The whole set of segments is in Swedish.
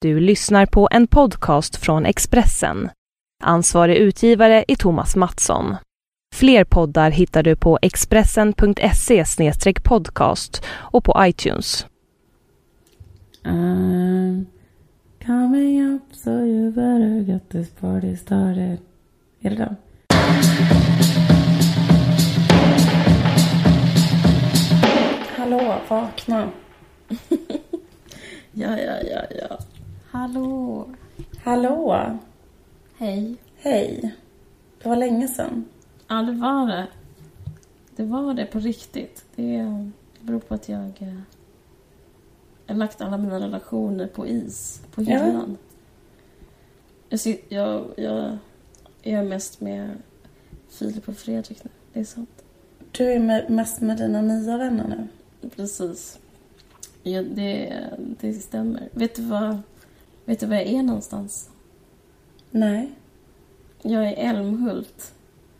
Du lyssnar på en podcast från Expressen. Ansvarig utgivare är Thomas Mattsson. Fler poddar hittar du på expressen.se/podcast och på iTunes. Coming up, so you better get this party started. Är det den? Hallå, vakna. Ja. Hallå. Hallå. Hej. Hej. Det var länge sedan. Ja, det var det. Det var det på riktigt. Det beror på att jag har lagt alla mina relationer på is, på hyllan. Jag är mest med Filip och Fredrik nu. Det är sant. Du är mest med dina nya vänner nu. Precis. Ja, det stämmer. Vet du var jag är någonstans? Nej. Jag är Älmhult.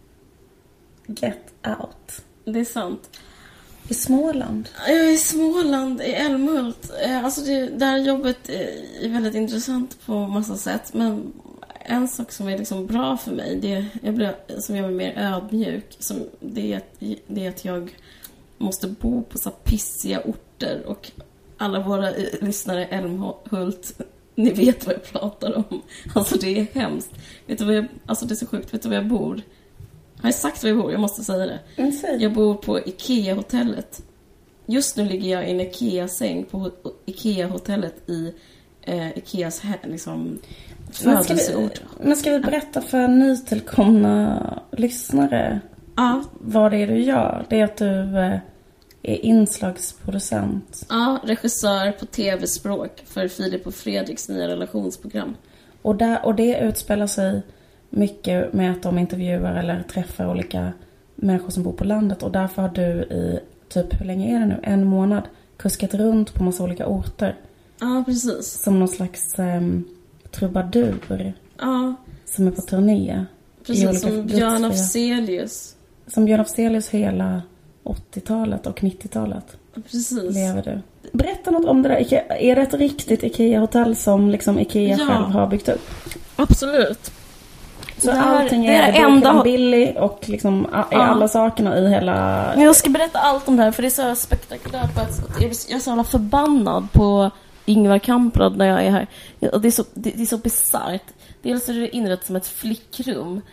Get out. Det är sant. I Småland? Jag är i Småland, i Älmhult. Alltså det här jobbet är väldigt intressant på massa sätt. Men en sak som är liksom bra för mig, som gör mig mer ödmjuk, det är att jag måste bo på så här pissiga orter. Och alla våra lyssnare i Älmhult, ni vet vad jag pratar om. Alltså det är hemskt. Vet du det är så sjukt. Vet du var jag bor? Har jag sagt var jag bor? Jag måste säga det. Jag bor på Ikea-hotellet. Just nu ligger jag i en Ikea-säng på Ikea-hotellet i Ikeas liksom födelseort. Men ska vi berätta för nytillkomna lyssnare vad det är du gör? Det är att du är inslagsproducent. Ja, regissör på tv-språk för Filip och Fredriks nya relationsprogram. Och det utspelar sig mycket med att de intervjuar eller träffar olika människor som bor på landet. Och därför har du i typ, hur länge är det nu? 1 månad kuskat runt på massa olika orter. Ja, precis. Som någon slags trubadur. Ja. Som är på turné. Precis, som Björn Afzelius. Som Björn Afzelius hela 80-talet och 90-talet. Precis. Lever du. Berätta något om det där. Är det ett riktigt Ikea-hotell som liksom Ikea själv har byggt upp? Absolut. Så allting är enda billig och liksom alla sakerna i hela... Jag ska berätta allt om det här för det är så spektakulärt. Jag är så jävla förbannad på Ingvar Kamprad när jag är här. Det är så bisarrt. Dels är det inrett som ett flickrum.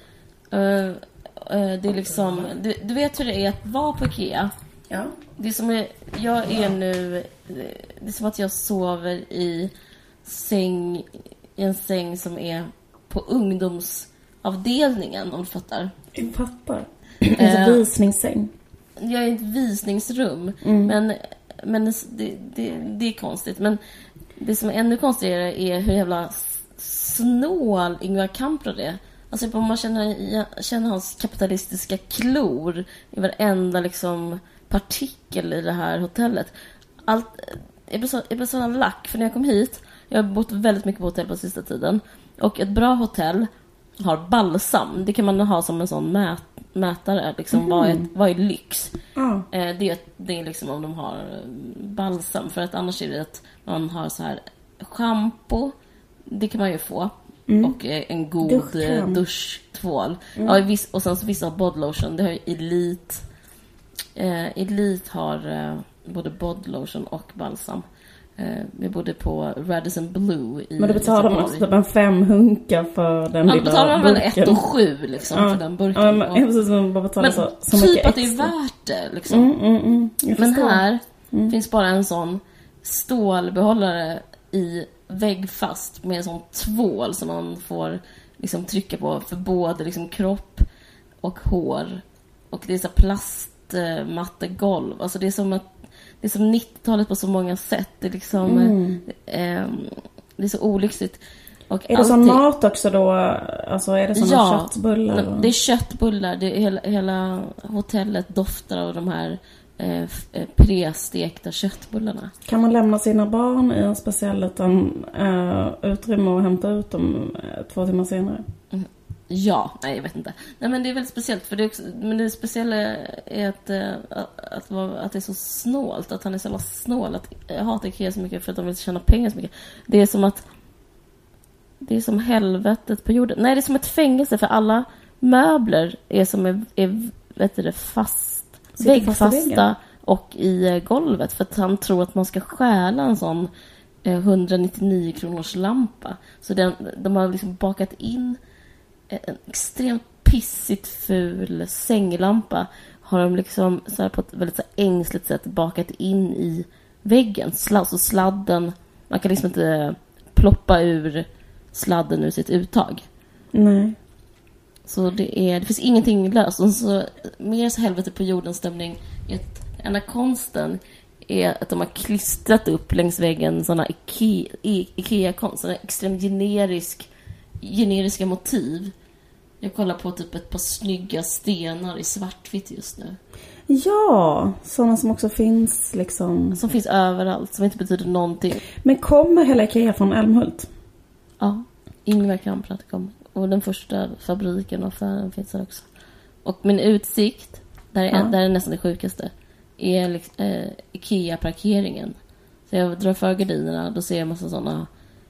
Det är liksom... Du vet hur det är att vara på Ikea. Ja. Det är som jag är nu... Det är som att jag sover i en säng som är på ungdomsavdelningen, om du fattar. Jag fattar. En visningssäng. Jag är i ett visningsrum. Men det är konstigt. Men det som är ännu konstigare är hur jävla snål Ingvar Kamprad är. Alltså man känner hans kapitalistiska klor i varenda liksom partikel i det här hotellet. Jag blev så lack för när jag kom hit. Jag har bott väldigt mycket på hotell på sista tiden. Och ett bra hotell har balsam. Det kan man ha som en sån mätare. Liksom, vad är lyx? Det är liksom om de har balsam. För att annars är det att man har så här shampoo. Det kan man ju få. Och en god duschtvål. Ja, och sen så vissa bodylotion. Det har ju Elite har både bodylotion och balsam. Vi bodde på Radisson Blue i... Men då betalar man också typ 5 hunkar för den lilla burken. Betalar man väl 1 och 7 liksom för den burken. Men så typ mycket att det är värt det liksom. Men här finns bara en sån stålbehållare i väggfast med en sån tvål som man får liksom trycka på för både liksom kropp och hår. Och det är så plastmattegolv. Alltså det är som 90-talet på så många sätt. Det är liksom det är så olyckligt. Och är det sån mat också då? Alltså är det såna köttbullar? Ja, det är köttbullar. Det är hela hotellet doftar av de här prestekta köttbullarna. Kan man lämna sina barn i en speciell utrymme och hämta ut dem 2 timmar senare? Ja, nej jag vet inte. Nej men det är väldigt speciellt för det speciella är att det är så snålt, att han är så snål, att jag hatar Ikea så mycket för att de vill tjäna pengar så mycket. Det är som att det är som helvetet på jorden. Nej, det är som ett fängelse för alla möbler är som väggfasta och i golvet för att han tror att man ska stjäla en sån 199 kronors lampa. Så de har liksom bakat in en extremt pissigt ful sänglampa har de liksom så här på ett väldigt så här ängsligt sätt bakat in i väggen. Så sladden, man kan liksom inte ploppa ur sladden ur sitt uttag. Nej. Så det finns ingenting löst. Och så mer så helvete på jordens stämning är att enda konsten är att de har klistrat upp längs väggen sådana Ikea-konst, sådana extremt generiska motiv. Jag kollar på typ ett par snygga stenar i svartvitt just nu. Ja, sådana som också finns liksom... Som finns överallt, som inte betyder någonting. Men kommer hela Ikea från Älmhult? Ja, Ingvar Kamprad kom. Och den första fabriken och affären finns där också. Och min utsikt, där är nästan det sjukaste, är Ikea-parkeringen. Så jag drar för gardinerna, då ser jag en massa sådana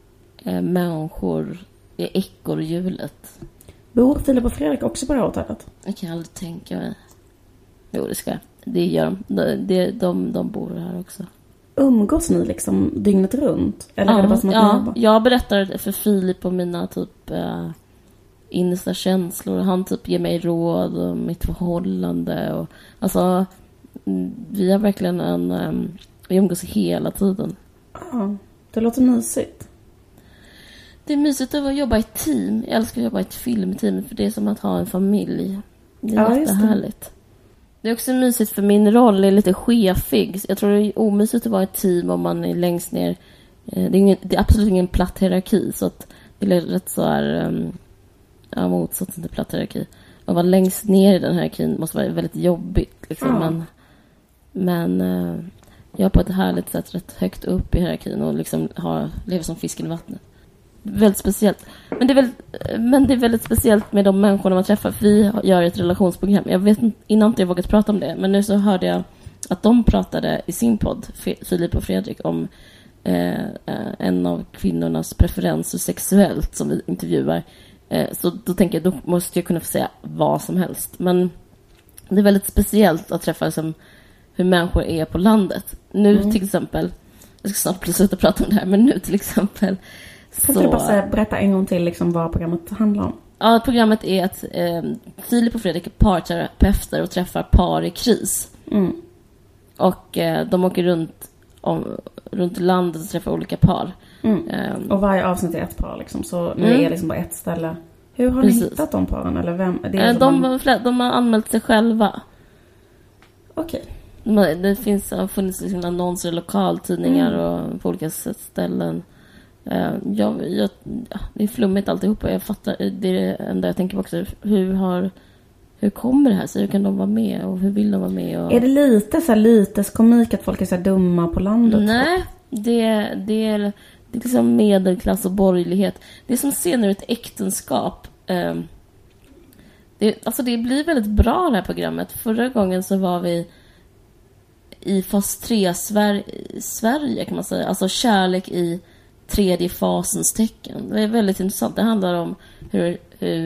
människor i ekorrhjulet. Bor Filip och Fredrik också på det här hotellet? Jag kan aldrig tänka mig. Jo, det ska jag. Det gör de. De bor här också. Umgås ni liksom dygnet runt? Eller är det bara som att ni jobbar? Jag berättar för Filip om mina typ innersta känslor. Han typ ger mig råd om mitt förhållande. Och, alltså, vi har verkligen vi umgås hela tiden. Ja, det låter mysigt. Det är mysigt att jobba i ett team. Jag älskar att jobba i ett filmteam för det är som att ha en familj. Det är jättehärligt. Det är också mysigt för min roll är lite chefig. Jag tror det är omysigt att vara ett team om man är längst ner. Det är absolut ingen platt hierarki så att det är rätt så här motsatsen till platt hierarki. Att vara längst ner i den här hierarkin måste vara väldigt jobbigt liksom. Men jag är på ett härligt sätt rätt högt upp i hierarkin och liksom lever som fisken i vattnet. Väldigt speciellt. Men det är väldigt speciellt med de människorna man träffar. För vi gör ett relationsprogram. Jag vet innan inte jag vågat prata om det. Men nu så hörde jag att de pratade i sin podd, Filip och Fredrik, om en av kvinnornas preferenser sexuellt som vi intervjuar. Så då tänker jag, då måste jag kunna få säga vad som helst. Men det är väldigt speciellt att träffa liksom, hur människor är på landet. Nu till exempel, jag ska snart sluta prata om det här, men nu till exempel kan du bara berätta en gång till liksom vad programmet handlar om? Ja, programmet är att Filip och Fredrik är parterapeuter och träffar par i kris. Och de åker runt landet och träffar olika par. Och varje avsnitt är ett par liksom, så det är liksom bara ett ställe. Hur har ni hittat de paren? Eller vem? Det är de har anmält sig själva. Okej. Det har funnits liksom annonser i lokaltidningar och på olika ställen. Det är flummigt alltihopa. Jag fattar, det är det enda jag tänker på också. Hur kommer det här sig? Hur kan de vara med? Och hur vill de vara med? Och... Är det lite så här lyteskomik att folk är så här dumma på landet? Nej, det är liksom medelklass och borgerlighet. Det är som scener ur ett äktenskap. Det blir väldigt bra det här programmet. Förra gången så var vi i fas 3 Sverige kan man säga. Alltså kärlek i tredje fasens tecken. Det är väldigt intressant. Det handlar om hur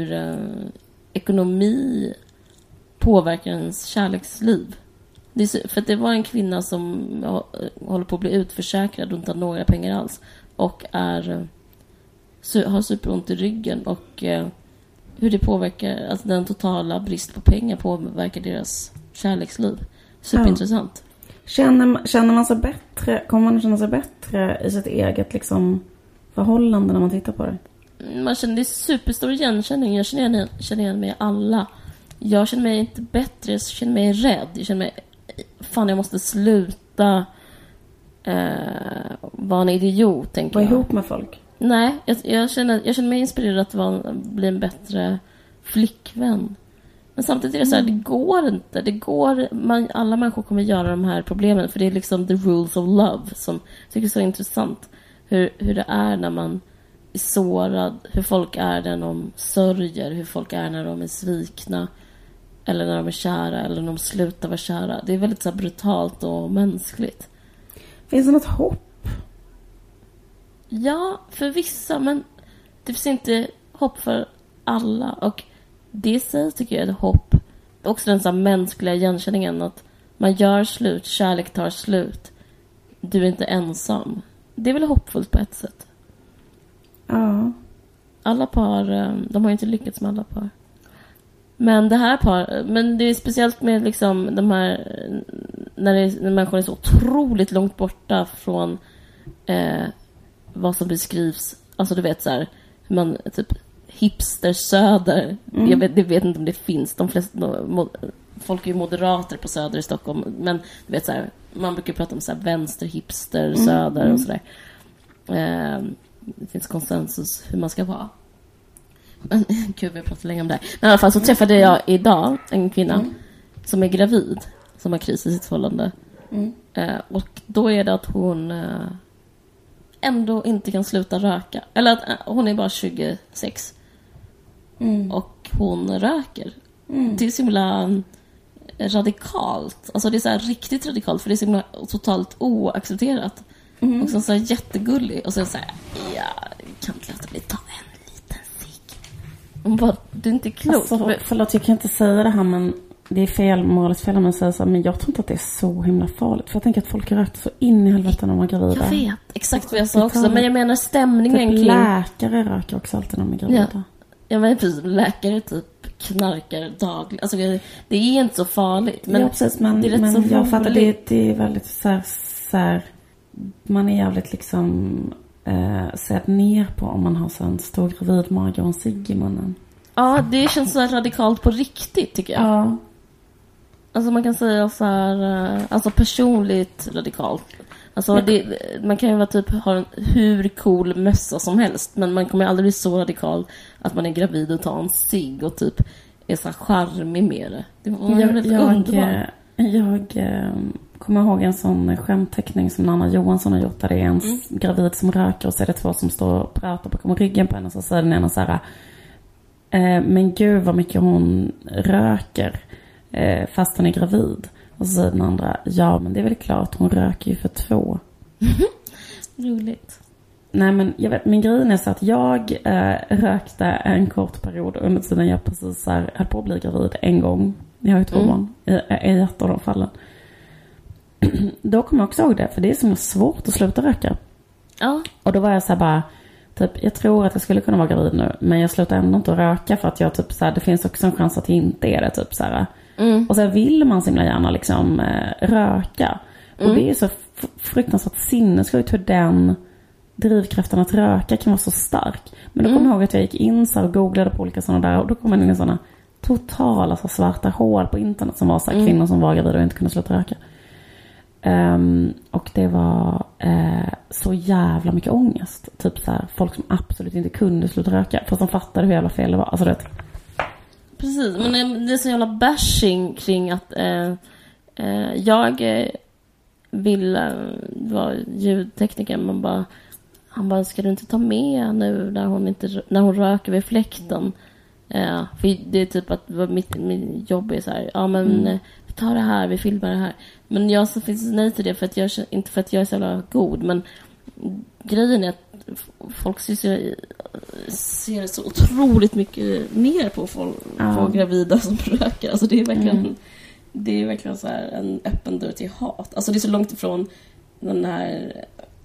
ekonomi påverkar ens kärleksliv. För att det var en kvinna som håller på att bli utförsäkrad och inte har några pengar alls. Och har superont i ryggen. Och hur det påverkar, alltså den totala brist på pengar påverkar deras kärleksliv. Superintressant. Känner man sig bättre? Kommer man känna sig bättre i sitt eget liksom förhållande när man tittar på det? Man känner, det är superstor igenkänning. Jag känner igen mig alla. Jag känner mig inte bättre. Jag känner mig rädd. Jag känner mig, fan jag måste sluta vara en idiot, tänker jag. Vara ihop med folk? Nej, jag känner mig inspirerad att bli en bättre flickvän. Men samtidigt är det så här, det går inte. Alla människor kommer göra de här problemen. För det är liksom the rules of love som jag tycker är så intressant. Hur det är när man är sårad. Hur folk är när de sörjer. Hur folk är när de är svikna. Eller när de är kära. Eller när de slutar vara kära. Det är väldigt så här brutalt och mänskligt. Finns det något hopp? Ja, för vissa. Men det finns inte hopp för alla. Och det sägs, tycker jag, är ett hopp. Också den så här mänskliga igenkänningen att man gör slut, kärlek tar slut. Du är inte ensam. Det är väl hoppfullt på ett sätt. Ja. Alla par, de har ju inte lyckats med alla par. Men det här men det är speciellt med liksom de här när människor är så otroligt långt borta från vad som beskrivs. Alltså du vet så här, hur man typ hipster-söder. Jag vet inte om det finns. De flesta folk är ju moderater på söder i Stockholm, men du vet så här, man brukar prata om så här vänster-hipster, söder och sådär. Det finns konsensus hur man ska vara. Men gud, vi har pratat länge om det här. Men i alla fall så träffade jag idag en kvinna som är gravid, som har kris i sitt förhållande. Och då är det att hon ändå inte kan sluta röka. Eller att hon är bara 26. Och hon röker. Det är så himla radikalt. Alltså det är så här riktigt radikalt, för det är så himla totalt oaccepterat. Och så här jättegullig. Och så här, jag kan inte låta bli ta en liten cigg. Hon bara, du är inte klok. Alltså, förlåt, jag kan inte säga det här, men det är fel, moraliskt fel om jag säger så här, men jag tror inte att det är så himla farligt. För jag tänker att folk rökte så in i helvete när de var gravida. Jag vet, exakt vad jag sa också. Men jag menar stämningen typ kring... läkare röker också alltid när de är gravida. Ja, men precis, läkare typ knarkar dagligen. Alltså det är inte så farligt. Men ja, precis, men det är rätt så jag fattar, det är väldigt så här, man är jävligt liksom sett ner på om man har så en stor gravid mage och en cigg i munnen. Ja, det känns så här radikalt på riktigt, tycker jag. Ja. Alltså man kan säga så här, alltså personligt radikalt. Alltså man kan ju vara typ ha en hur cool mössa som helst, men man kommer aldrig bli så radikal att man är gravid och tar en cigg och typ är så här charmig med det. Det var väldigt underbart. Jag kommer ihåg en sån skämtteckning som Nanna Johansson har gjort, där det är en gravid som röker och så är det två som står och pratar bakom ryggen på henne, och så säger den ena så här, men gud vad mycket hon röker fast hon är gravid. Och så säger den andra, ja men det är väl klart, hon röker ju för 2. Roligt. Nej, men jag vet, min grej är så att jag rökte en kort period under tiden jag precis höll på att bli gravid en gång. Jag har ju 2 barn i ett av de fallen. Då kommer jag också ihåg det, för det är så svårt att sluta röka. Ja. Och då var jag så här bara, typ, jag tror att jag skulle kunna vara gravid nu, men jag slutar ändå inte att röka för att jag typ så här, det finns också en chans att jag inte är det, typ så här. Och så vill man så himla gärna liksom röka. Och det är så fruktansvärt sinnessjukt hur den drivkraften att röka kan vara så stark. Men då kommer jag ihåg att jag gick in så och googlade på olika sådana där, och då kom man in i sådana totala så svarta hål på internet som var så här, kvinnor som var gravida och inte kunde sluta röka. Och det var så jävla mycket ångest. Typ så här, folk som absolut inte kunde sluta röka, för de fattade hur jävla fel det var. Alltså det. Precis, men det är så jävla bashing kring att jag vill vara ljudtekniker. Han bara, ska du inte ta med nu när hon röker vid fläkten? För det är typ att mitt jobb är så här, ja men ta det här, vi filmar det här. Men jag så finns nej till det, för att jag inte för att jag är så jävla god, men grejen är att folk ser så otroligt mycket ner på folk, på gravida som röker. Alltså det är verkligen så här en öppen dörr till hat. Alltså det är så långt ifrån den här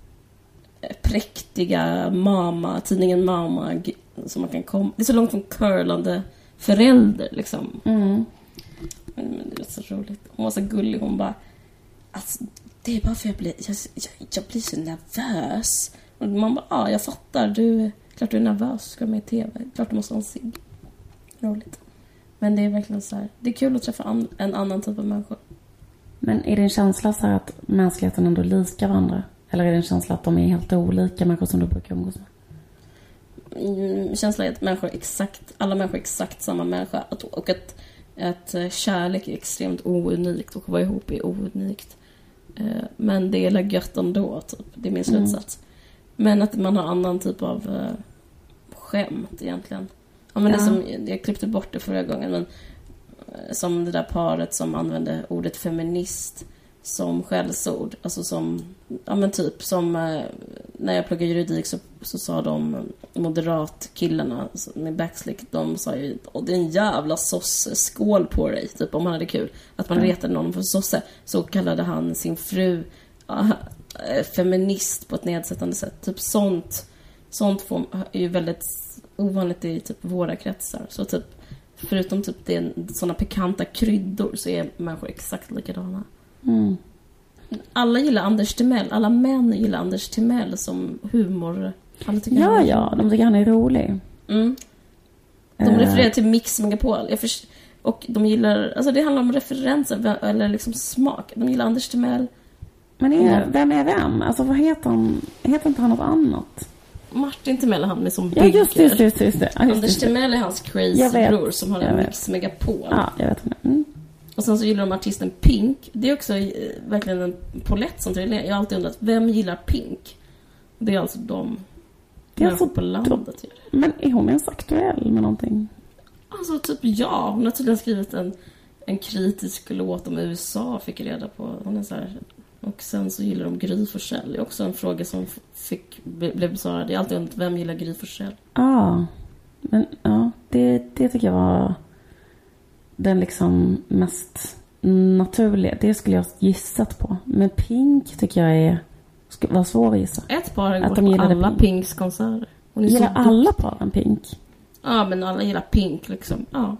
präktiga tidningen Mamma som man kan komma. Det är så långt från curlande förälder liksom. Men det är så roligt. Hon var så gullig. Hon bara, alltså, det är bara för jag blir så nervös. Och man bara, jag fattar. Klart du är nervös. Ska med i tv. Klart du måste ha en cigg. Roligt. Men det är verkligen så här. Det är kul att träffa en annan typ av människor. Men är det en känsla så här att mänskligheten ändå likar varandra? Eller är det en känsla att de är helt olika människor som du brukar umgås med? Känslan är att alla människor är exakt samma människa. Och att kärlek är extremt ounikt och att vara ihop är ounikt. Men det är gött ändå, typ. Det är min slutsats. Men att man har annan typ av skämt egentligen. Ja, men det som, jag klippte bort det förra gången, men som det där paret som använde ordet feminist som skällsord. Alltså som, ja men typ som när jag pluggade juridik så sa de moderatkillarna med backslick, de sa ju det är en jävla sosse, skål på dig, typ om man hade kul. Att man retade någon för sosse, så kallade han sin fru feminist på ett nedsättande sätt. Typ sånt är ju väldigt ovanligt i typ våra kretsar. Så typ förutom typ det är såna pikanta kryddor så är människor exakt likadana. Mm. Alla gillar Anders Timell. Alla män gillar Anders Timell som humor. De tycker han är rolig. Mm. De refererar till Mix Megapol. Och de gillar, alltså det handlar om referenser eller liksom smak. De gillar Anders Timell. Men vem är vem? Alltså vad heter han? Heter inte han något annat? Martin Timell är han med som bygger. Ja, just det. Anders Timell är hans crazy bror som har en Mix Megapol. Ja, jag vet. Mm. Och sen så gillar de artisten Pink. Det är också verkligen en polett som trillerar. Jag har alltid undrat, vem gillar Pink? Det är alltså de människor på landet. Men är hon ens aktuell med någonting? Alltså typ ja. Hon har tydligen skrivit en kritisk låt om USA, fick jag reda på. Hon är så här. Och sen så gillar de Gry Forssell. Det är också en fråga som blev besvarad. Jag har alltid undrat, vem gillar Gry Forssell? Men det tycker jag var den liksom mest naturliga. Det skulle jag gissat på. Men Pink tycker jag var svår att gissa. Ett par har gått på alla Pinks konserter. Gillar alla paren Pink? Ja, men alla gillar Pink liksom. Ja.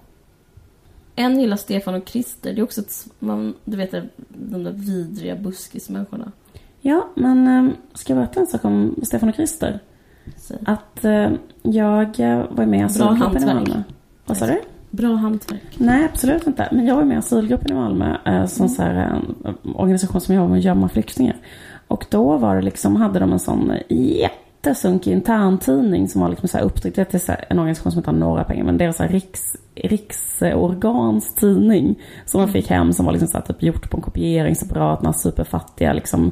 En gillar Stefan och Christer. Det är också du vet de där vidriga buskismänniskorna. Ja, men ska jag berätta en sak om Stefan och Christer? Att jag var med i asylgruppen i Malmö. Vad sa du? Bra hantverk. Nej, absolut inte. Men jag var med i asylgruppen i Malmö som så här, en organisation som jobbar med att gömma flyktingar. Och då var det liksom, hade de en sån jättesunkig interntidning som var liksom så här upptryckt. Det är så här en organisation som inte har några pengar, men det är så här riksorgans tidning som man fick hem, som var liksom så här typ gjort på en kopieringsapparat, några superfattiga liksom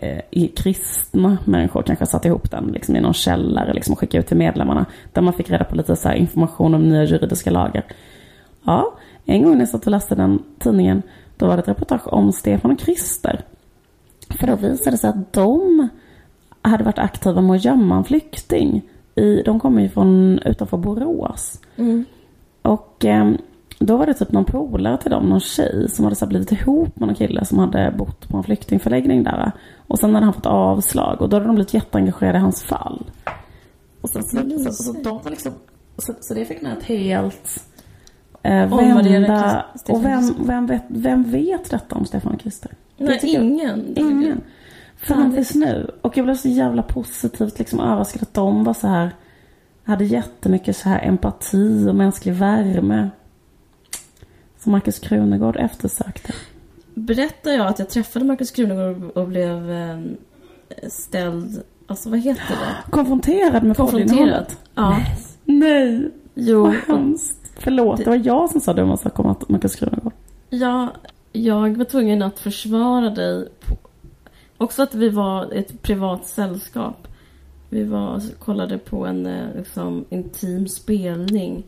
kristna människor kanske satt ihop den liksom i någon källare liksom och skickade ut till medlemmarna, där man fick reda på lite så här information om nya juridiska lagar. Ja, en gång när jag satt och läste den tidningen, då var det ett reportage om Stefan och Christer. För då visade det sig att de hade varit aktiva med att gömma en flykting. De kommer ju från utanför Borås. Mm. Och då var det typ någon polare till dem, någon tjej som hade så blivit ihop med någon kille som hade bott på en flyktingförläggning där. Och sen hade han fått avslag och då hade de blivit jätteengagerade i hans fall. Och sen så de var liksom, så det fick mig ett helt vända. Och vem vet detta om Stefan och Christer? Nej, ingen. Fram tills nu. Och jag blev så jävla positivt liksom överraskad att de var så här, hade jättemycket så här empati och mänsklig värme som Markus Krunegård eftersökte. Berättade jag att jag träffade Markus Krunegård och blev ställd, alltså vad heter det? Konfronterad med poddinhållet. Ja. Nej. Jo. Vad hemskt. Förlåt, det var jag som sa dumma saker om Markus Krunegård. Ja, jag var tvungen att försvara dig. Också att vi var ett privat sällskap. Vi kollade på en liksom, intim spelning.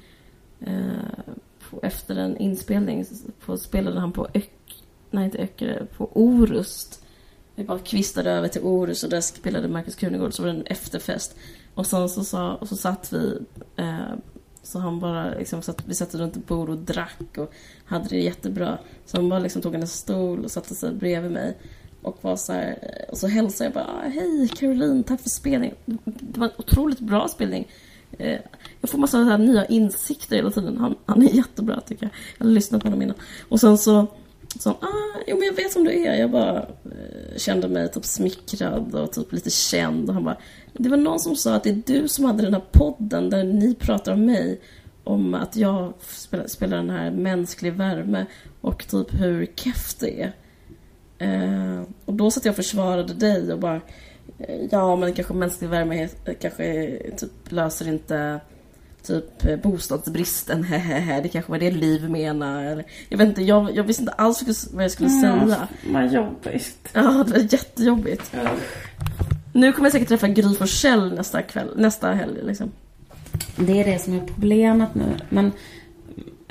Efter en inspelning spelade han på på Orust. Vi bara kvistade över till Orust och där spelade Markus Krunegård, så var det en efterfest. Och sen så satt vi så han bara liksom vi satt runt ett bord och drack och hade det jättebra. Så han bara liksom tog en stol och satte sig bredvid mig. Och var så här, och så hälsade jag bara, hej Caroline, tack för spelningen. Det var en otroligt bra spelning. Jag får massa här nya insikter hela tiden. Han är jättebra tycker jag. Jag har lyssnat på honom innan. Och sen så jo men jag vet som du är. Jag bara kände mig typ smickrad och typ lite känd. Och han bara, det var någon som sa att det är du som hade den här podden där ni pratar om mig. Om att jag spelar den här mänsklig värme och typ hur keff det är. Och då satt jag och försvarade dig och bara ja men kanske mänsklig värme kanske typ löser inte typ bostadsbristen, det kanske var det Liv menar eller, jag vet inte, jag visste inte alls vad jag skulle säga. Vad jobbigt. Ja, det var jättejobbigt. Nu kommer jag säkert träffa Gry Forssell nästa helg liksom. Det är det som är problemet nu. Men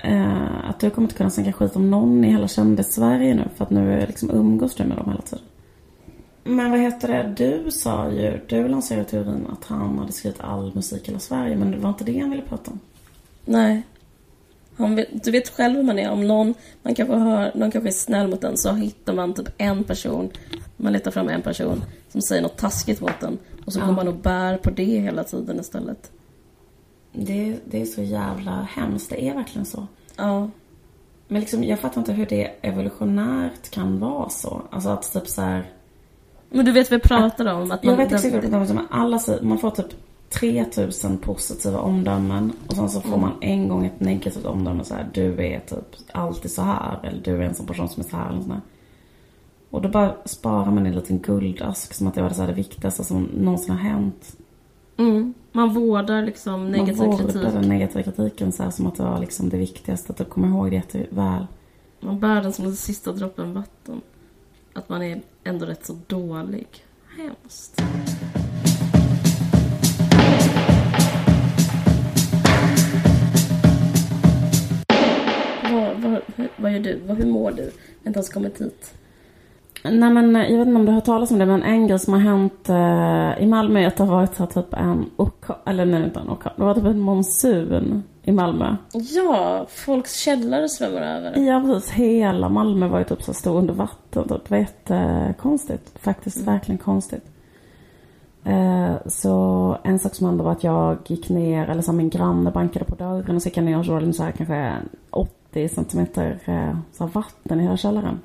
att du kommer inte kunna snacka skit om någon i hela kändis-Sverige nu. För att nu är liksom umgås du med dem hela tiden. Men vad heter det? Du lanserade teorin att han hade skrivit all musik i hela Sverige. Men det var inte det han ville prata om. Nej. Du vet själv hur man är. Om någon kanske är snäll mot den, så hittar man typ en person. Man letar fram en person som säger något taskigt mot den. Och så går man och bär på det hela tiden istället. Det är så jävla hemskt. Det är verkligen så. Ja. Men liksom, jag fattar inte hur det evolutionärt kan vara så. Alltså att typ så här... Men du vet vad vi pratar om. Att jag vet exakt vad man får typ 3000 positiva omdömen. Och sen så får man en gång ett negativt omdöme. Så här, du är typ alltid så här. Eller du är en sån person som är så här. Eller sån här. Och då bara sparar man en liten guldask. Som att det var det viktigaste som någonsin har hänt. Man vårdar liksom negativ kritik. Man vårdar den negativa kritiken så här, som att det var liksom det viktigaste. Att du kommer ihåg det jätteväl. Man bär den som den sista droppen vatten. Att man är ändå rätt så dålig. Hemskt. Vad gör du? Hur mår du? Inte ens kommit hit. Nej, men jag vet inte om du har hört talas om det, men en grej som har hänt i Malmö är att det har varit så typ det var typ en monsun i Malmö. Ja, folks källare svämmar över. Ja, precis. Hela Malmö var ju typ så stor under vatten. Det var jättekonstigt. Faktiskt verkligen konstigt. Så en sak som hände var att jag gick ner, eller så min granne bankade på dörren och så gick jag ner och så här kanske 80 centimeter så vatten i hela källaren.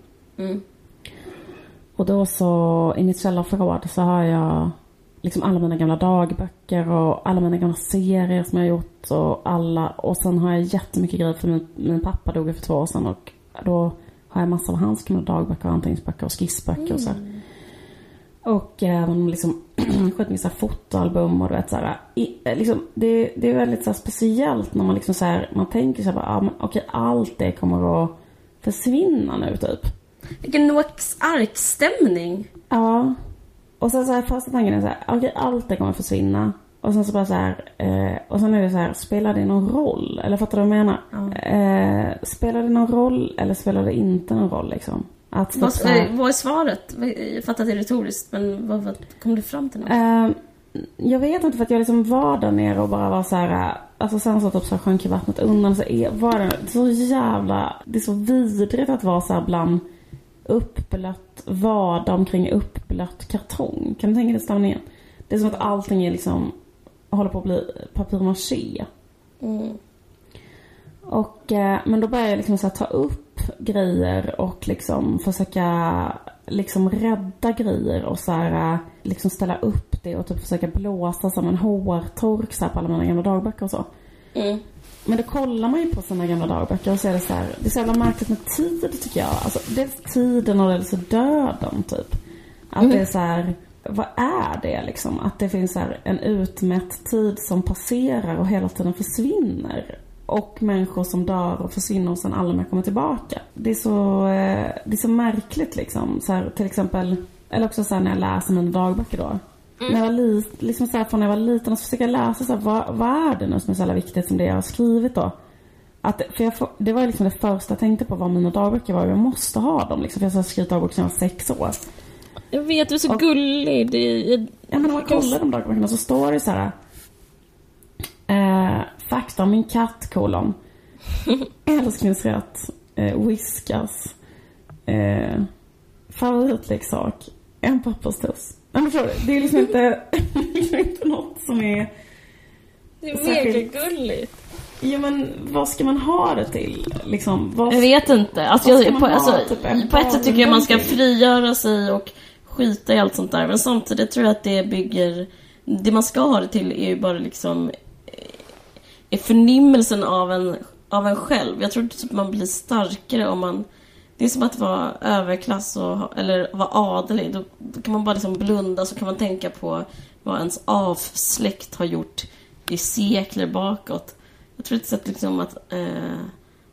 Och då så i mitt källarförråd så har jag liksom alla mina gamla dagböcker och alla mina gamla serier som jag har gjort och sen har jag jättemycket grejer för min pappa dog för 2 år sedan och då har jag massor av hans gamla dagböcker och anteckningsböcker och skissböcker och så här. Och liksom skitmycket fotoalbum och du vet så här, liksom, det är väldigt så här speciellt när man liksom så här, man tänker så här, men okej, allt det kommer att försvinna nu typ. Vilken Noaks arkstämning. Ja. Och sen så här första tanken är så här, okej, allt det kommer att försvinna. Och sen så bara så här, och sen är det så här, spelar det någon roll? Eller fattar du vad jag menar? Ja. Spelar det någon roll eller spelar det inte någon roll liksom? Att vad är svaret? Jag fattar att det är retoriskt, men vad kom du fram till något? Jag vet inte, för att jag liksom var där nere och bara var så här, alltså sen så typ så sjönk i vattnet undan så var det så jävla, det är så vidrigt att vara så här bland uppblött vardag omkring uppblött kartong. Kan du tänka dig stämningen? Det är som att allting är liksom håller på att bli papier-maché. Och men då började jag liksom så här ta upp grejer och liksom försöka liksom rädda grejer och så här liksom ställa upp det och typ försöka blåsa som en hårtork så här på alla mina gamla dagböcker och så. Men då kollar man ju på sina gamla dagböcker och så är det så här, det är så jävla märkligt med tid tycker jag. Alltså dels tiden och dels döden typ. Att det är så här, vad är det liksom? Att det finns så här en utmätt tid som passerar och hela tiden försvinner. Och människor som dör och försvinner och sen alla med kommer tillbaka. Det är så märkligt liksom. Så här, till exempel, eller också så här, när jag läser mina dagböcker då. När jag var liksom så här, från när jag var liten och så försöker jag läsa så här, vad är det nu som är så jävla viktigt som det jag har skrivit då? Det var liksom det första jag tänkte på vad mina dagböcker var. Jag måste ha dem liksom, för jag har skrivit dagböcker sedan jag var 6 år. Jag vet, du är så gullig. Ja, men när man kollar de dagböckerna så står det så här. Fakta om min katt, älsklingsrätt, whiskas, favoritleksak, en papperstuss. Men förstår du, det är liksom inte något som är... Det är mega gulligt. Ja, men vad ska man ha det till? Liksom, jag vet inte. Alltså, på ett sätt tycker jag man ska frigöra sig och skita i allt sånt där. Men samtidigt tror jag att det bygger... Det man ska ha det till är ju bara liksom... är förnimmelsen av en själv. Jag tror att man blir starkare om man... Det är som att vara överklass eller vara adelig. Då kan man bara liksom blunda, så kan man tänka på vad ens avsläkt har gjort i sekler bakåt. Jag tror inte att liksom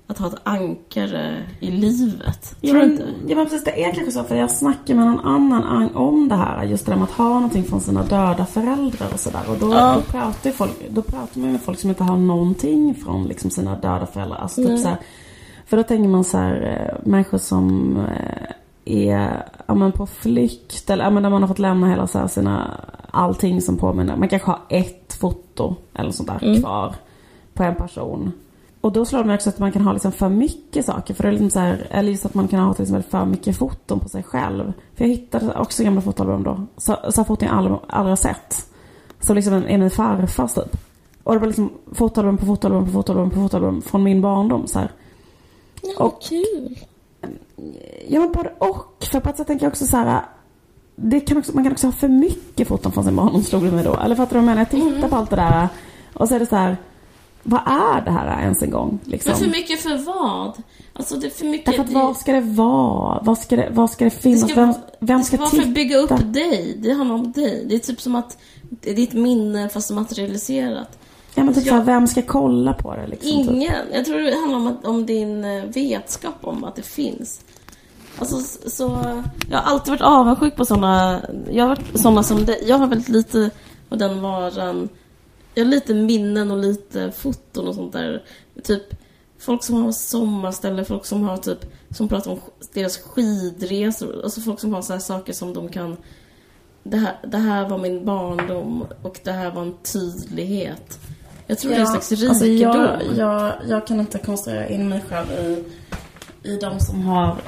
att ha ett ankare i livet. Ja, Tror du inte? Ja, men precis, det är kanske så, för jag snackar med någon annan om det här, just det där med att ha någonting från sina döda föräldrar och sådär. Och då pratar man med folk som inte har någonting från liksom sina döda föräldrar. Alltså typ så här, för då tänker man så här, människor som är på flykt, eller där man har fått lämna hela så här, allting som påminner. Man kanske har ett foto eller sånt där kvar på en person. Och då slår det mig också att man kan ha liksom för mycket saker. För det är liksom så här, eller just att man kan ha till exempel för mycket foton på sig själv. För jag hittade också gamla fotoalbum då. Så foton jag aldrig har sett. Så liksom är min farfars typ. Och det var liksom fotoalbum på fotoalbum på fotoalbum på fotoalbum från min barndom så här. Ja, och kul. Ja, men både och. För på ett sätt tänker jag också så här, man kan också ha för mycket foton från sin barndom, slog det mig då. Eller fattar du vad jag menar? Jag tittar på allt det där och så är det så här, vad är det här ens en gång? Liksom? Men för mycket för vad? Alltså det är för mycket... Därför att vad ska det vara? Vad ska det finnas? Vem ska titta? Varför bygga upp dig? Det handlar om dig. Det är typ som att det är ditt minne fast materialiserat. Ja, men typ vem ska kolla på det? Liksom, ingen. Typ. Jag tror det handlar om din vetskap om att det finns. Alltså, så jag har alltid varit avundsjuk på sådana. Jag har varit sådana som det. Jag har väldigt lite av den varan. Jag har lite minnen och lite foton och sånt där. Typ folk som har sommarställe, folk som har typ, som pratar om deras skidresor. Alltså folk som har så här saker som de kan. Det här var min barndom och det här var en tydlighet. Jag tror det är en slags rikedom. Alltså jag kan inte konstruera in mig själv i de som har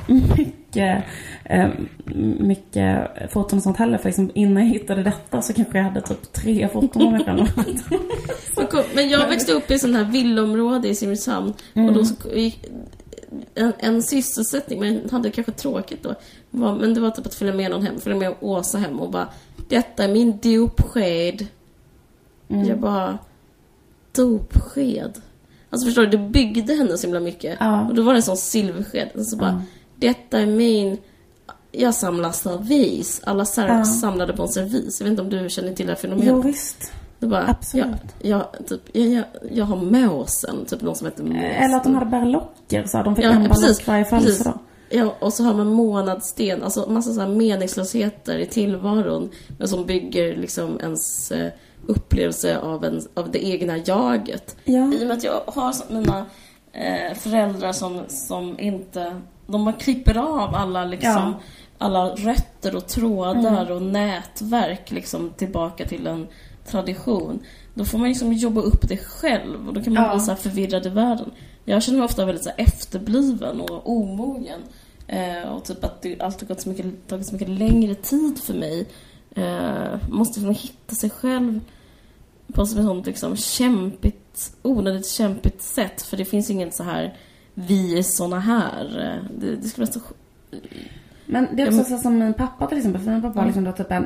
mycket foton och sånt heller. För liksom innan jag hittade detta så kanske jag hade typ 3 foton av mig själv. Men jag växte upp i en sån här villområde i Simrishamn. Och då gick en sysselsättning, men hade kanske tråkigt då. Men det var typ att följa med någon hem. Följa med Åsa hem och bara, detta är min dopsked. Jag bara, dopsked. Alltså förstår du, det byggde henne så himla mycket. Och då var det en sån silversked. Och så bara, detta är min... Jag samlar servis. Alla samlade på en servis. Jag vet inte om du känner till det här fenomenet. Jo, visst. Det bara, absolut. Jag har måsen. Typ någon som heter måsen. Eller att de hade berlocker. Så de fick en berlock varje födelsedag. Ja, och så har man månadsten. Alltså massa så här meningslösheter i tillvaron. Men som bygger liksom ens... upplevelse av det egna jaget. I och med att jag har mina föräldrar som inte, de bara klipper av alla liksom, alla rötter och trådar och nätverk liksom tillbaka till en tradition. Då får man liksom jobba upp det själv och då kan man bli så här förvirrad i världen. Jag känner mig ofta väldigt så här efterbliven och omogen och typ att det alltid tagit så mycket längre tid för mig. Måste man hitta sig själv på ett sånt liksom onödigt kämpigt sätt, för det finns inget så här vi är såna här. Det skulle vara så. Men det är också så som min pappa till exempel, för min pappa har liksom då typ en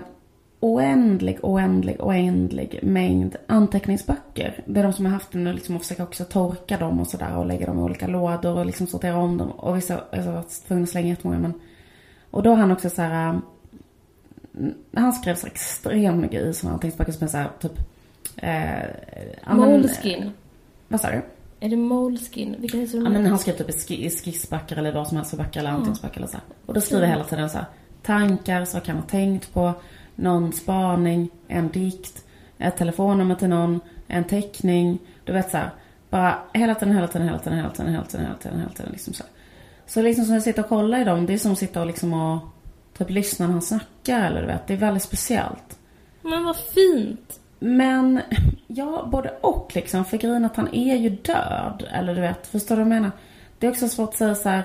oändlig mängd anteckningsböcker. Det är de som har haft nu liksom, och försöka också torka dem och sådär och lägga dem i olika lådor och liksom sortera om dem, och vissa har varit tvungna att slänga jättemånga, men och då har han också så här, han skrev så extremt mycket i sådana anteckningsböcker som är så här typ Moleskin. Vad sa du? Är det Moleskin? Vilka heter det? Ja, men han skrev typ i skissböcker eller vad som helst för böcker eller anteckningsböcker eller så. Och då skriver hela tiden så här tankar, så kan man tänkt på någon spaning, en dikt, ett telefonnummer till någon, en teckning, du vet så här, bara hela tiden liksom så. Så liksom som jag sitter och kollar i dem, det är som att sitta och liksom och typ lyssna när han snackar, eller du vet, det är väldigt speciellt. Men vad fint. Men ja, både och liksom, för grejen att han är ju död, eller du vet, förstår du vad jag menar? Det är också svårt att säga så här.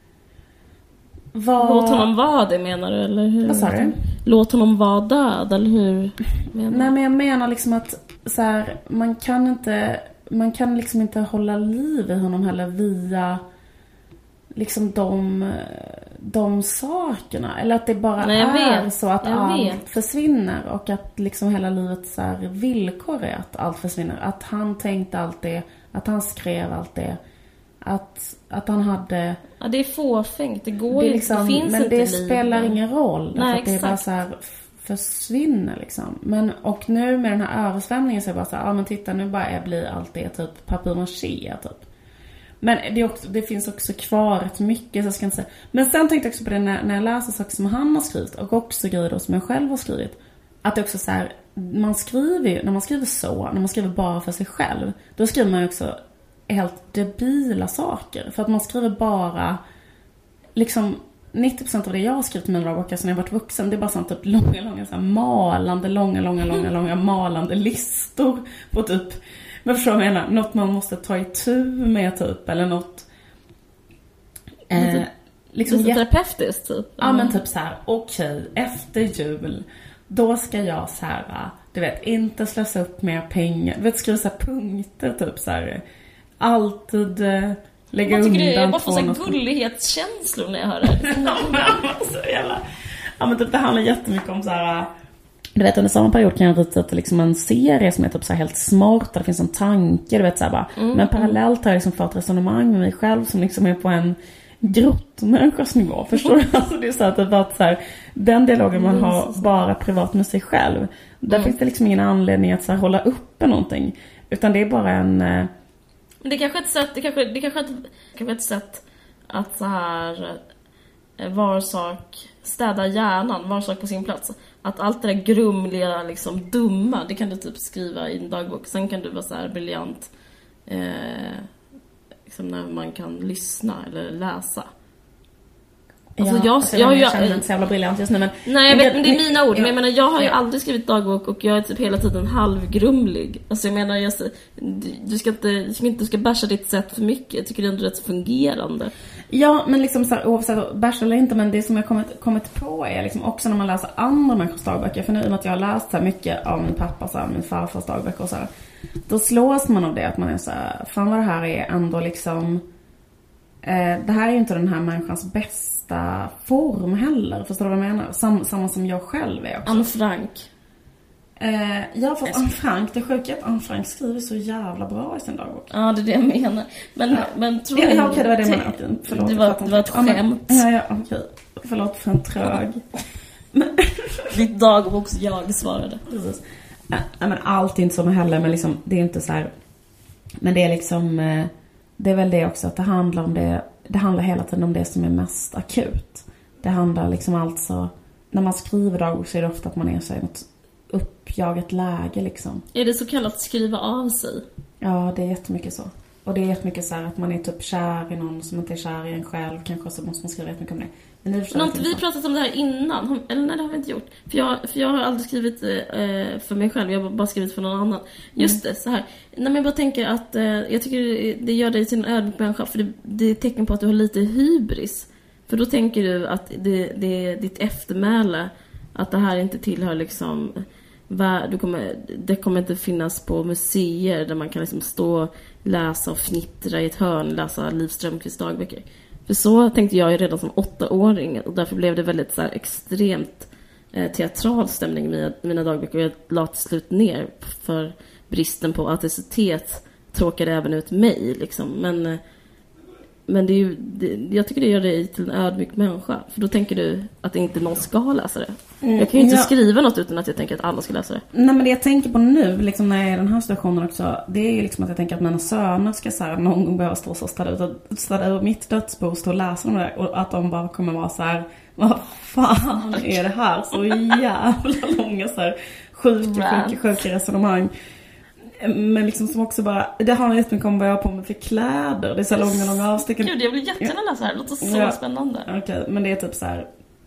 Låt honom vara det, menar du, eller hur? Vad sa du? Låt honom vara död, eller hur? Nej, men jag menar liksom att så här, man kan liksom inte hålla liv i honom heller via liksom de sakerna, eller att det bara är så att allt försvinner, och att liksom hela livet så här villkor är att allt försvinner, att han tänkte allt det, att han skrev allt det, att han hade, ja, det är fåfängt, det går det ju liksom, det finns men inte det liv. Spelar ingen roll. Nej, att det är bara så här försvinner liksom. Men och nu med den här översvämningen så är det bara så här, ja men titta, nu bara blir allt det typ papier-maché typ. Men det finns också kvar rätt mycket, så jag ska inte säga. Men sen tänkte jag också på det när jag läser saker som han har skrivit och också grejer då som jag själv har skrivit. Att det också så här, när man skriver bara för sig själv, då skriver man ju också helt debila saker. För att man skriver bara liksom 90% av det jag har skrivit i mina dagböcker när jag varit vuxen, det är bara sånt typ långa så här malande listor på typ, vad förstår jag menar, något man måste ta itu med typ, eller något liksom terapeutiskt typ. Ja, men typ så här, okej, efter jul då ska jag så här, du vet, inte slösa upp mer pengar, du vet, skriva så här punkter typ så här, alltid lägga undan. Man tycker det är bara för så här gullighetskänslor när jag hör det. Ja, men typ det handlar jättemycket om så här, du vet, under samma period kan jag rita till liksom en serie som är typ så här helt smart, där det finns en tanke, du vet så här bara. Men parallellt har jag liksom fått resonemang med mig själv som liksom är på en grottmänniskas nivå, förstår du? Alltså det är så att det var så här, den dialogen man har bara privat med sig själv, där finns det liksom ingen anledning att så här hålla uppe någonting, utan det är bara en men det kanske är ett sätt, det kanske är ett sätt att så här var sak städa hjärnan, var sak på sin plats. Att allt det där grumliga, liksom dumma, det kan du typ skriva i en dagbok. Sen kan du vara så här briljant liksom när man kan lyssna eller läsa. Alltså jag känner inte så jävla briljant just nu, men nej, jag vet, men det är mina ord. Men jag menar, jag har ju aldrig skrivit dagbok och jag är typ hela tiden halvgrumlig. Alltså jag menar, du ska basha ditt sätt för mycket. Jag tycker det är ändå rätt fungerande. Ja, men liksom så här, oavsett basha eller inte, men det som jag kommit på är liksom också när man läser andra människors dagböcker. För nu i och med att jag har läst så här mycket av min pappa, så här, min farfars dagböcker och så här, då slås man av det att man är så här, fan vad det här är ändå liksom det här är ju inte den här människans bästa form heller. Förstår du vad jag menar? Samma som jag själv är också. Anne Frank. Ja, fast Anne Frank, det sjuka är att Anne Frank skriver så jävla bra i sin dagbok. Ja, det är det jag menar. Men tror jag... Ja, okej, det var det jag menade. Okay, förlåt. Det var ett skämt. Ja, okej. Förlåt för en trög. Ditt dagboks jag svarade. Precis. Ja, men allt är inte som heller, men liksom, det är inte så här... Men det är liksom... Det är väl det också, att det handlar om det. Det handlar hela tiden om det som är mest akut. Det handlar liksom alltså, när man skriver dagbok så är det ofta att man är så i något uppjagat läge liksom. Är det så kallat skriva av sig? Ja, det är jättemycket så. Och det är jättemycket så här att man är typ kär i någon som inte är kär i en själv. Kanske så måste man skriva jättemycket om det. Men har inte vi pratat om det här innan? Eller nej, det har vi inte gjort. För jag har aldrig skrivit för mig själv. Jag har bara skrivit för någon annan. Just det, så här. Nej, men jag bara tänker att jag tycker det gör dig till en ödmjuk människa. För det är ett tecken på att du har lite hybris. För då tänker du att det är ditt eftermäle. Att det här inte tillhör liksom... Det kommer inte finnas på museer där man kan liksom stå, läsa och fnittra i ett hörn, läsa Liv Strömquists dagböcker. För så tänkte jag ju redan som 8-åring, och därför blev det väldigt så här extremt teatral stämning i mina dagböcker. Och jag la till slut ner för bristen på autenticitet, tråkade även ut mig liksom. Men det är ju, jag tycker det gör dig till en ödmjuk människa. För då tänker du att inte någon ska läsa det. Jag kan ju inte skriva något utan att jag tänker att alla ska läsa det. Nej, men det jag tänker på nu, liksom när jag är i den här situationen också, det är ju liksom att jag tänker att mina söner ska så här, någon gång behöva stå så städa ut mitt dödsbo och stå och läsa om det. Och att de bara kommer vara så här: vad fan är det här? Så jävla långa så här sjuka resonemang. Men liksom som också bara, det handlar jättemycket om vad jag har på mig för kläder. Det är så långa avstickare. Gud, jag vill jättegärna läsa här. Det låter så spännande. Okej, men det är typ så här.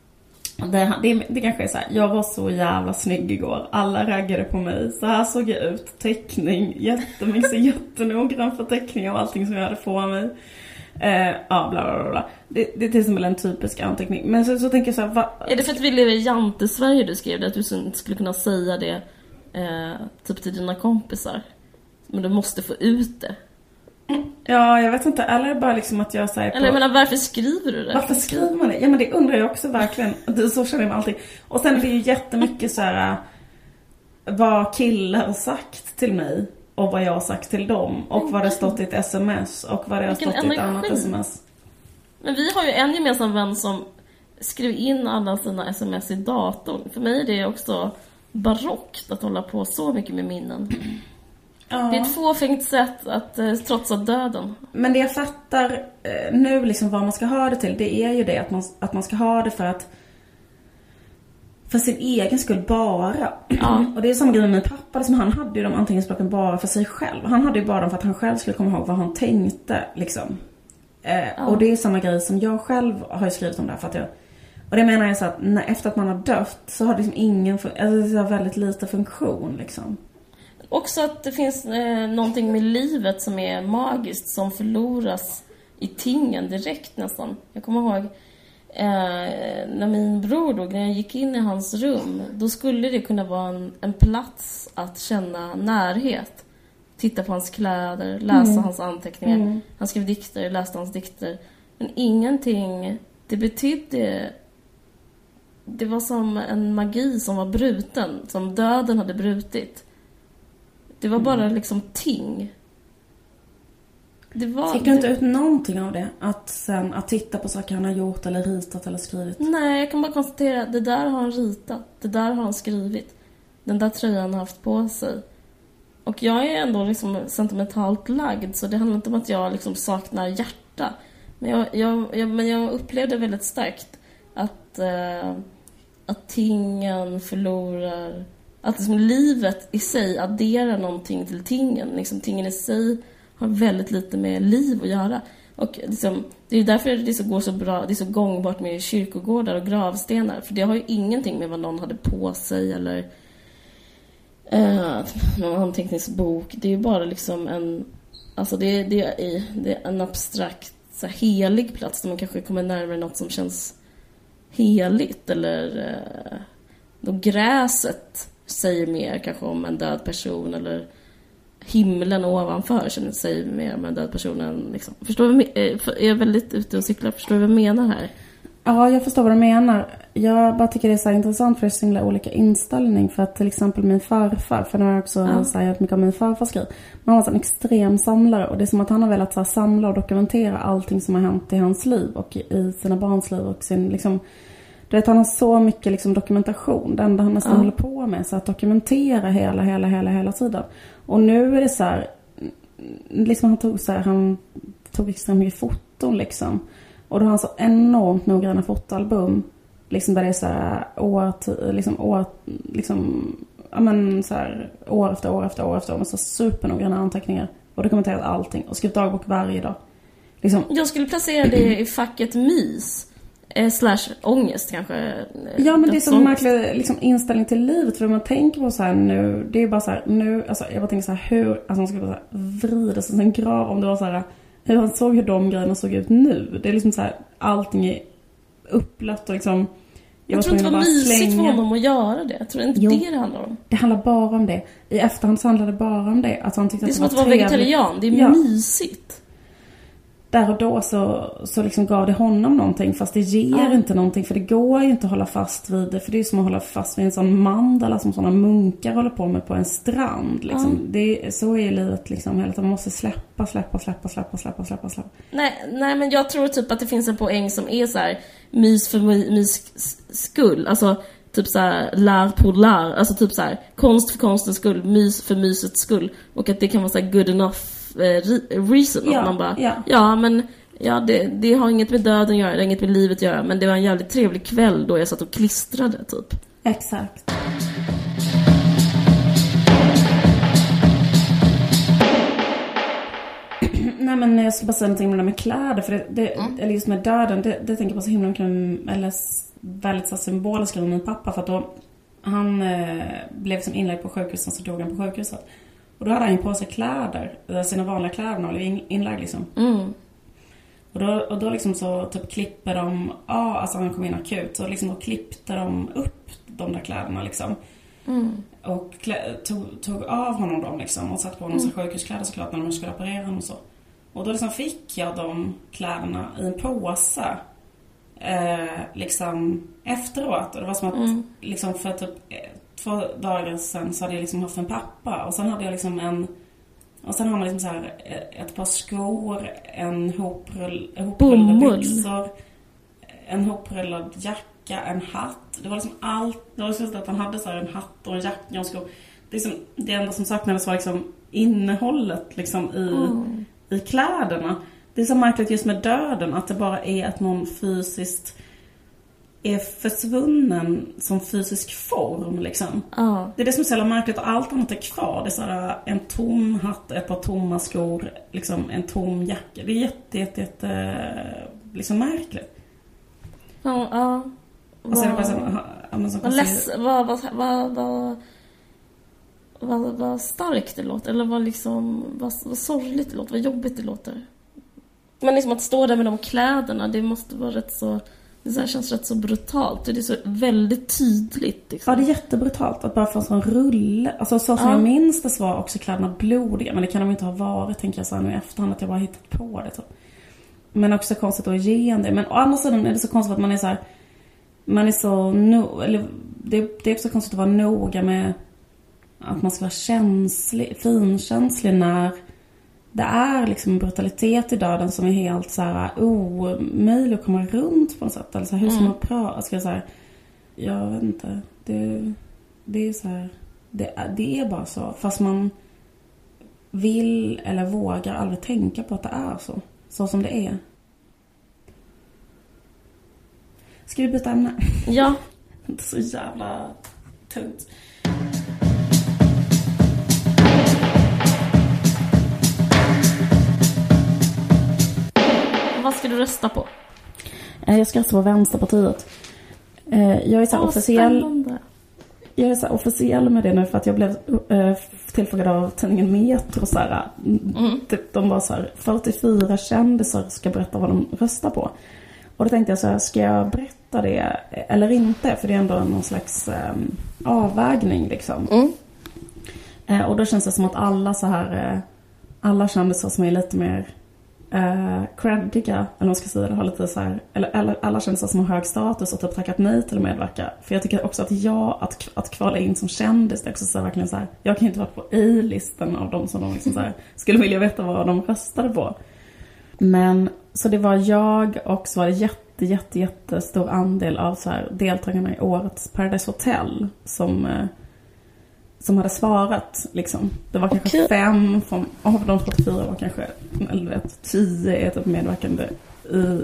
Det kanske är så här: jag var så jävla snygg igår. Alla raggade på mig. Så här såg jag ut. Teckning. Jättenoggrann för teckning av allting som jag hade på mig. Ja, bla bla bla. Det är till exempel en typisk anteckning. Men så tänker jag så här, är det för att vi lever i Jante-Sverige du skrev det? Att du skulle kunna säga det typ till dina kompisar? Men du måste få ut det. Ja, jag vet inte. Eller är det bara liksom att jag säger på... Eller jag menar, varför skriver du det? Varför skriver man det? Ja, men det undrar jag också verkligen. Så känner jag med allting. Och sen är det ju jättemycket så här vad killar har sagt till mig och vad jag har sagt till dem. Och vad det har stått i ett sms och vad det har stått i ett annat sms. Men vi har ju en gemensam vän som skrev in alla sina sms i datorn. För mig är det också barockt att hålla på så mycket med minnen. Det är ett fåfängt sätt att trotsa döden. Men det jag fattar nu liksom vad man ska ha det till, det är ju det att man ska ha det för sin egen skull bara. Ja. Och det är samma grej med min pappa. Liksom, han hade ju de anteckningsblocken bara för sig själv. Han hade ju bara dem för att han själv skulle komma ihåg vad han tänkte. Liksom. Och det är samma grej som jag själv har skrivit om det. För att och det menar jag så att efter att man har dött så har det liksom det har väldigt lite funktion. Liksom. Också att det finns någonting med livet som är magiskt, som förloras i tingen direkt nästan. Jag kommer ihåg när min bror dog, när jag gick in i hans rum, då skulle det kunna vara en plats att känna närhet. Titta på hans kläder, läsa hans anteckningar. Han skrev dikter, läste hans dikter. Men ingenting, det betydde... Det var som en magi som var bruten, som döden hade brutit. Det var bara liksom ting. Fick du inte ut någonting av det? Att titta på saker han har gjort eller ritat eller skrivit? Nej, jag kan bara konstatera att det där har han ritat. Det där har han skrivit. Den där tröjan han har haft på sig. Och jag är ändå liksom sentimentalt lagd, så det handlar inte om att jag liksom saknar hjärta. Men jag upplevde väldigt starkt att tingen förlorar... Att liksom livet i sig adderar någonting till tingen. Liksom, tingen i sig har väldigt lite med liv att göra. Och liksom, det är därför det går så bra, det är så gångbart med kyrkogårdar och gravstenar. För det har ju ingenting med vad någon hade på sig eller någon anteckningsbok. Det är ju bara liksom det är en abstrakt så här, helig plats där man kanske kommer närmare något som känns heligt. Eller då gräset säger mer kanske om en död person, eller himlen ovanför säger mer om en död person än liksom. Förstår du? Jag är väldigt ute och cyklar. Förstår du vad jag menar här? Ja, jag förstår vad du menar. Jag bara tycker det är så intressant för det är så himla olika inställning. För att till exempel min farfar, för nu har jag också sagt mycket om min farfars grej. Man var en extrem samlare, och det är som att han har velat så här, samla och dokumentera allting som har hänt i hans liv och i sina barns liv och sin liksom... Du vet, han har så mycket liksom, dokumentation. Det enda han nästan håller på med, så att dokumentera hela tiden. Och nu är det så här, liksom han tog extremt mycket foton liksom. Och då har han så enormt noggranna fotoalbum. Liksom där det är så här år efter år med så supernoggranna anteckningar. Och dokumenterat allting och skrivit dagbok varje dag. Liksom. Jag skulle placera det i facket mys. / ångest kanske. Ja, men det är så märklig liksom, inställning till livet. För man tänker på så här nu, det är bara så här nu, alltså jag bara tänker så här hur, alltså man skulle bara så här, vrida sig en grav om det var så här hur han såg hur de grejerna såg ut nu. Det är liksom så här, allting är upplagt och liksom jag tror inte det var mysigt för honom att göra det. Jag tror inte det handlar om. Det handlar bara om det. I efterhand så handlar det bara om det. Alltså han tyckte det är som att vara vegetarian. Det är mysigt. Där och då så liksom gav det honom någonting, fast det ger inte någonting, för det går ju inte att hålla fast vid det, för det är som att hålla fast vid en sån mandala som såna munkar håller på med på en strand liksom. Så är livet liksom, hela tiden man måste släppa. Nej, men jag tror typ att det finns en poäng som är så här mys för mys skull, alltså typ så här l'art pour l'art, alltså typ så här konst för konstens skull, mys för mysets skull, och att det kan vara så här good enough reason att man bara men det har inget med döden att göra, det har inget med livet att göra, men det var en jävligt trevlig kväll då jag satt och klistrade typ. Exakt. Nej, men jag skulle bara säga någonting om det med kläder, för eller just med döden, det tänker jag på så himla mycket, eller väldigt så symboliska med min pappa, för att då han blev som inlagd på sjukhuset, så dog han på sjukhuset. Och då hade han ju på sig kläder, sina vanliga kläder, eller inlagd liksom. Och då liksom så typ klipper de, alltså han kom in akut, så liksom då klippte de upp de där kläderna liksom. Och tog av honom dem liksom, och satt på honom sjukhuskläder såklart när de skulle operera honom och så. Och då liksom fick jag de kläderna i en påse liksom efteråt. Och det var som att liksom för typ 2 dagar sedan så hade jag liksom haft en pappa, och sen hade jag liksom och sen har man liksom så här ett par skor, en hoprullade byxor, en hoprullad jacka, en hatt. Det var liksom allt. Det var så att han hade så här en hatt och en jacka och skor. Det enda som saknades var liksom innehållet liksom i kläderna. Det är så märkligt just med döden, att det bara är att någon fysiskt är försvunnen som fysisk form liksom. Det är det som är så jävla märkligt, och allt annat är kvar. Det är sådär en tom hatt, ett par tomma skor, liksom en tom jacka. Det är jätte liksom märkligt. Och sen är det bara så, vad starkt det låter, eller vad sorgligt det låter, vad jobbigt det låter. Men liksom att stå där med de kläderna, det måste vara rätt så, det så här känns rätt så brutalt. Det är så väldigt tydligt liksom. Ja, det är jättebrutalt att bara få en sån rulle. Alltså så som jag minns det, var också kläderna blodiga, men det kan de inte ha varit, tänker jag så här nu i efterhand, att jag bara hittat på det så. Men också konstigt att ge en det. Men å andra sidan är det så konstigt att man är så här, man är så det är också konstigt att vara noga med att man ska vara finkänslig när det är liksom brutalitet i döden som är helt så här omöjlig att komma runt på något sätt. Eller så här, hur ska man prata? Ska jag säga, jag vet inte. Det är så här, det är bara så. Fast man vill eller vågar aldrig tänka på att det är så som det är. Ska vi byta ämne? Ja. Det är så jävla tungt. Vad ska du rösta på? Jag ska rösta på Vänsterpartiet. Jag är så officiell. Jag är så officiell med det nu, för att jag blev tillfrågad av tidningen Metro så här. De var så här, 44 kändisar ska berätta vad de röstar på. Och då tänkte jag så här, ska jag berätta det eller inte? För det är ändå någon slags avvägning liksom. Och då känns det som att alla så här, alla kändisar som är lite mer creddiga, eller vad man ska säga det, har lite så här, eller alla kändisar som har hög status och typ tackat nej till att medverka. För jag tycker också att kvala in som kändis, det är också så här, verkligen så här, jag kan inte vara på A-listen av dem som de liksom så här, skulle vilja veta vad de röstade på. Men så det var jag, och så var det jättestor andel av så här deltagarna i årets Paradise Hotel som hade svarat liksom. Det var kanske 5 av de 44 var kanske, eller vet, 10 är typ medverkande i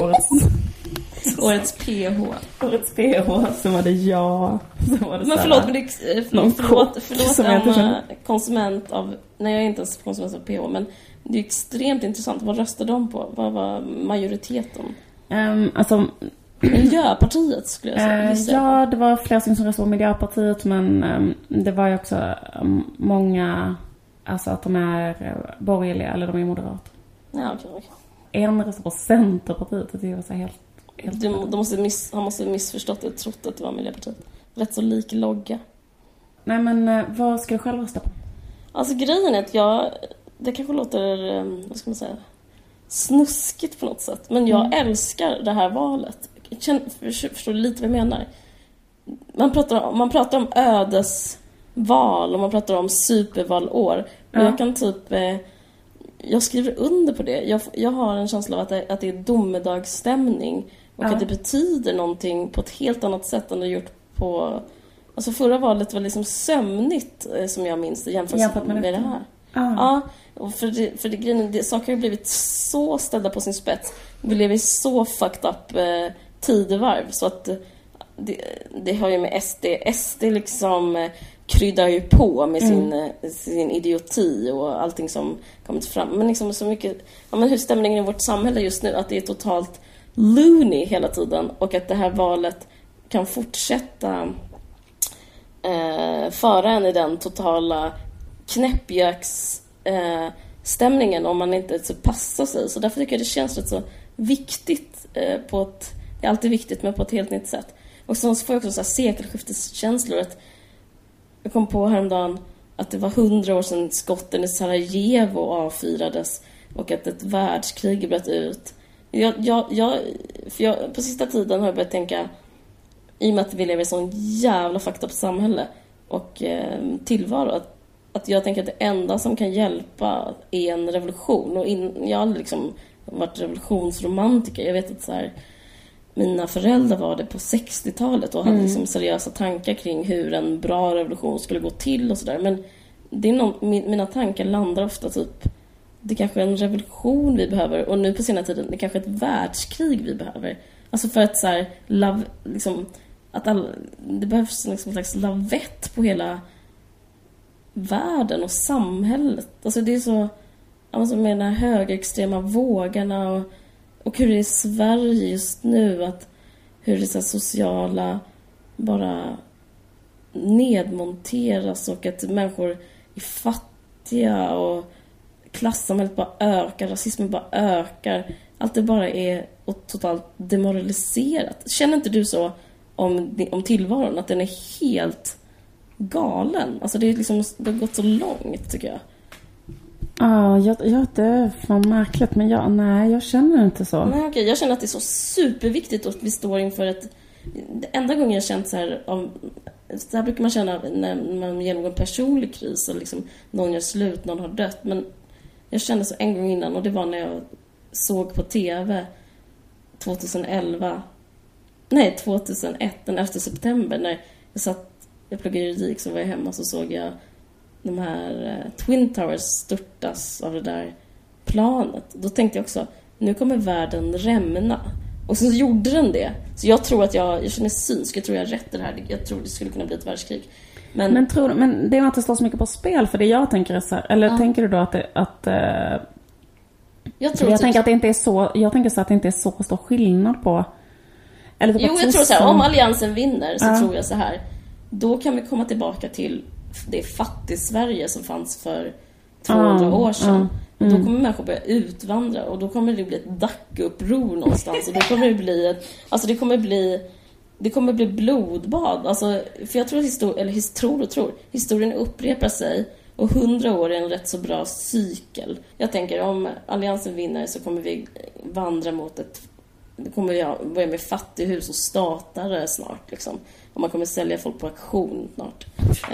årets PH. Årets PH, så var det jag. Så var det men förlåt om konsument av, nej jag är inte ens konsument av PH, men det är extremt intressant. Vad röstade de på? Vad var majoriteten? Alltså Miljöpartiet skulle jag säga. Ja, det var flera som röstade på Miljöpartiet, men det var ju också många, alltså att de är borgerliga eller de är moderata. Ja, okej. En röstade på Centerpartiet, det var så helt han måste missförstått och trott att det var Miljöpartiet. Rätt så lik logga. Nej, men vad ska du själv rösta på? Alltså grejen är att det kanske låter, vad ska man säga, snuskigt på något sätt. Men jag älskar det här valet. Förstår du lite vad jag menar? Man pratar om ödesval och man pratar om supervalår. Och jag kan typ, jag skriver under på det. Jag har en känsla av att det är domedagsstämning. Och att det betyder någonting på ett helt annat sätt än det gjort på... Alltså förra valet var liksom sömnigt, som jag minns det, jämfört med det här. Ja, och för det grejen, saker har blivit så ställda på sin spets. Vi lever i så fucked up tidevarv, så att det har ju med SD liksom kryddar ju på med sin idioti och allting som kommit fram. Men liksom så mycket, men hur stämningen i vårt samhälle just nu, att det är totalt loony hela tiden, och att det här valet kan fortsätta föra en i den totala knäppjöks stämningen om man inte så passar sig. Så därför tycker jag det känns rätt så viktigt det är alltid viktigt, men på ett helt nytt sätt. Och så får jag också så här sekelskifteskänslor. Att jag kom på häromdagen att det var 100 år sedan skotten i Sarajevo avfyrades och att ett världskrig bröt ut. Jag på sista tiden har jag börjat tänka, i och med att vi lever i sån jävla fucked up samhälle och tillvaro, att jag tänker att det enda som kan hjälpa är en revolution. Och jag har liksom varit revolutionsromantiker. Jag vet att så här, mina föräldrar var det på 60-talet och hade liksom seriösa tankar kring hur en bra revolution skulle gå till och sådär. Men det är mina tankar landar ofta typ, det kanske är en revolution vi behöver, och nu på senare tiden det kanske är ett världskrig vi behöver. Alltså för att så här, liksom, att det behövs liksom en slags lavett på hela världen och samhället. Alltså det är så, alltså med den här högerextrema vågarna och hur det är i Sverige just nu, att hur det är så sociala bara nedmonteras och att människor är fattiga och klassamhället bara ökar, rasismen bara ökar. Allt det bara är totalt demoraliserat. Känner inte du så om tillvaron, att den är helt galen? Alltså det har gått så långt, tycker jag. Ja, det är fan märkligt, men jag känner inte så. Nej, okej. Jag känner att det är så superviktigt att vi står inför det enda gången jag känt så här brukar man känna när man genomgår en personlig kris och liksom någon gör slut, någon har dött. Men jag kände så en gång innan, och det var när jag såg på TV 2001, den 11 september, när jag pluggade juridik, så var jag hemma, så såg jag de här Twin Towers störtas av det där planet. Då tänkte jag också, nu kommer världen rämna. Och så gjorde den det. Så jag tror att jag känner synsk. Jag tror jag har rätt i det här. Jag tror det skulle kunna bli ett världskrig. Men det är inte så mycket på spel, för det jag tänker är så här, eller tänker du då att jag tänker att det inte är så, jag tänker så att det inte är så stor skillnad på, eller jag tror så här, om alliansen vinner så tror jag så här, då kan vi komma tillbaka till det fattig Sverige som fanns för 200 år sedan. Och då kommer människor börja utvandra, och då kommer det bli ett dackuppror någonstans, och då kommer det bli det kommer bli blodbad. Alltså, för jag tror historien upprepar sig, och 100 år är en rätt så bra cykel. Jag tänker, om alliansen vinner så kommer vi vandra mot det kommer jag börja med fattighus och statare snart liksom. Och man kommer sälja folk på auktion snart.